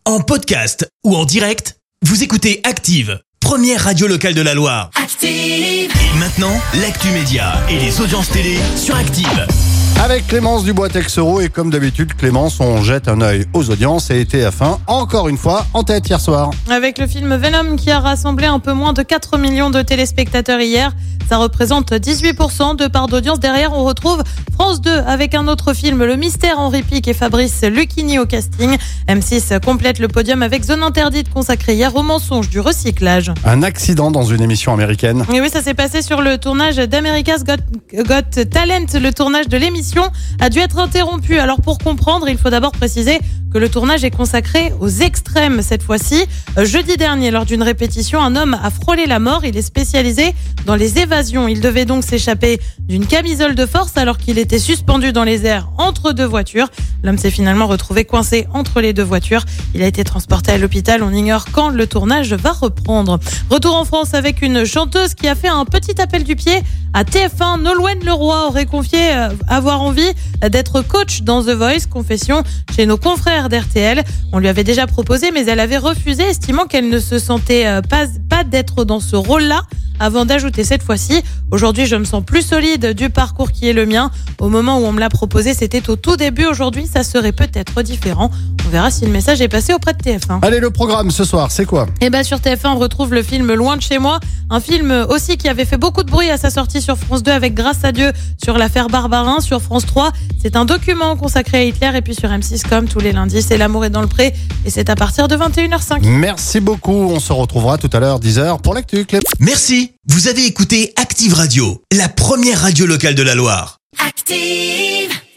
En podcast ou en direct, vous écoutez Active, première radio locale de la Loire. Active! Et maintenant, l'actu média et les audiences télé sur Active. Avec Clémence Dubois-Texero et comme d'habitude, Clémence, on jette un œil aux audiences et TF1, encore une fois, en tête hier soir. Avec le film Venom qui a rassemblé un peu moins de 4 millions de téléspectateurs hier, ça représente 18% de part d'audience. Derrière, on retrouve France 2 avec un autre film, Le Mystère, Henri Pic et Fabrice Lucchini au casting. M6 complète le podium avec Zone Interdite consacrée hier au mensonge du recyclage. Un accident dans une émission américaine. Et oui, ça s'est passé sur le tournage d'America's Got Talent. Le tournage de l'émission a dû être interrompu. Alors pour comprendre, il faut d'abord préciser que le tournage est consacré aux extrêmes cette fois-ci. Jeudi dernier, lors d'une répétition, un homme a frôlé la mort. Il est spécialisé dans les évasions. Il devait donc s'échapper d'une camisole de force alors qu'il était suspendu dans les airs entre deux voitures. L'homme s'est finalement retrouvé coincé entre les deux voitures. Il a été transporté à l'hôpital. On ignore quand le tournage va reprendre. Retour en France avec une chanteuse qui a fait un petit appel du pied à TF1. Nolwenn Leroy aurait confié avoir envie d'être coach dans The Voice. Confession chez nos confrères d'RTL. On lui avait déjà proposé, mais elle avait refusé, estimant qu'elle ne se sentait pas d'être dans ce rôle-là. Avant d'ajouter cette fois-ci, aujourd'hui je me sens plus solide du parcours qui est le mien. Au moment où on me l'a proposé, c'était au tout début. Aujourd'hui, ça serait peut-être différent. On verra si le message est passé auprès de TF1. Allez, le programme ce soir, c'est quoi ? Sur TF1, on retrouve le film Loin de chez moi. Un film aussi qui avait fait beaucoup de bruit à sa sortie sur France 2 avec Grâce à Dieu sur l'affaire Barbarin. Sur France 3, c'est un document consacré à Hitler. Et puis sur M6, comme tous les lundis, c'est L'amour est dans le pré. Et c'est à partir de 21h05. Merci beaucoup. On se retrouvera tout à l'heure, 10h, pour l'actu. Merci. Vous avez écouté Active Radio, la première radio locale de la Loire. Active!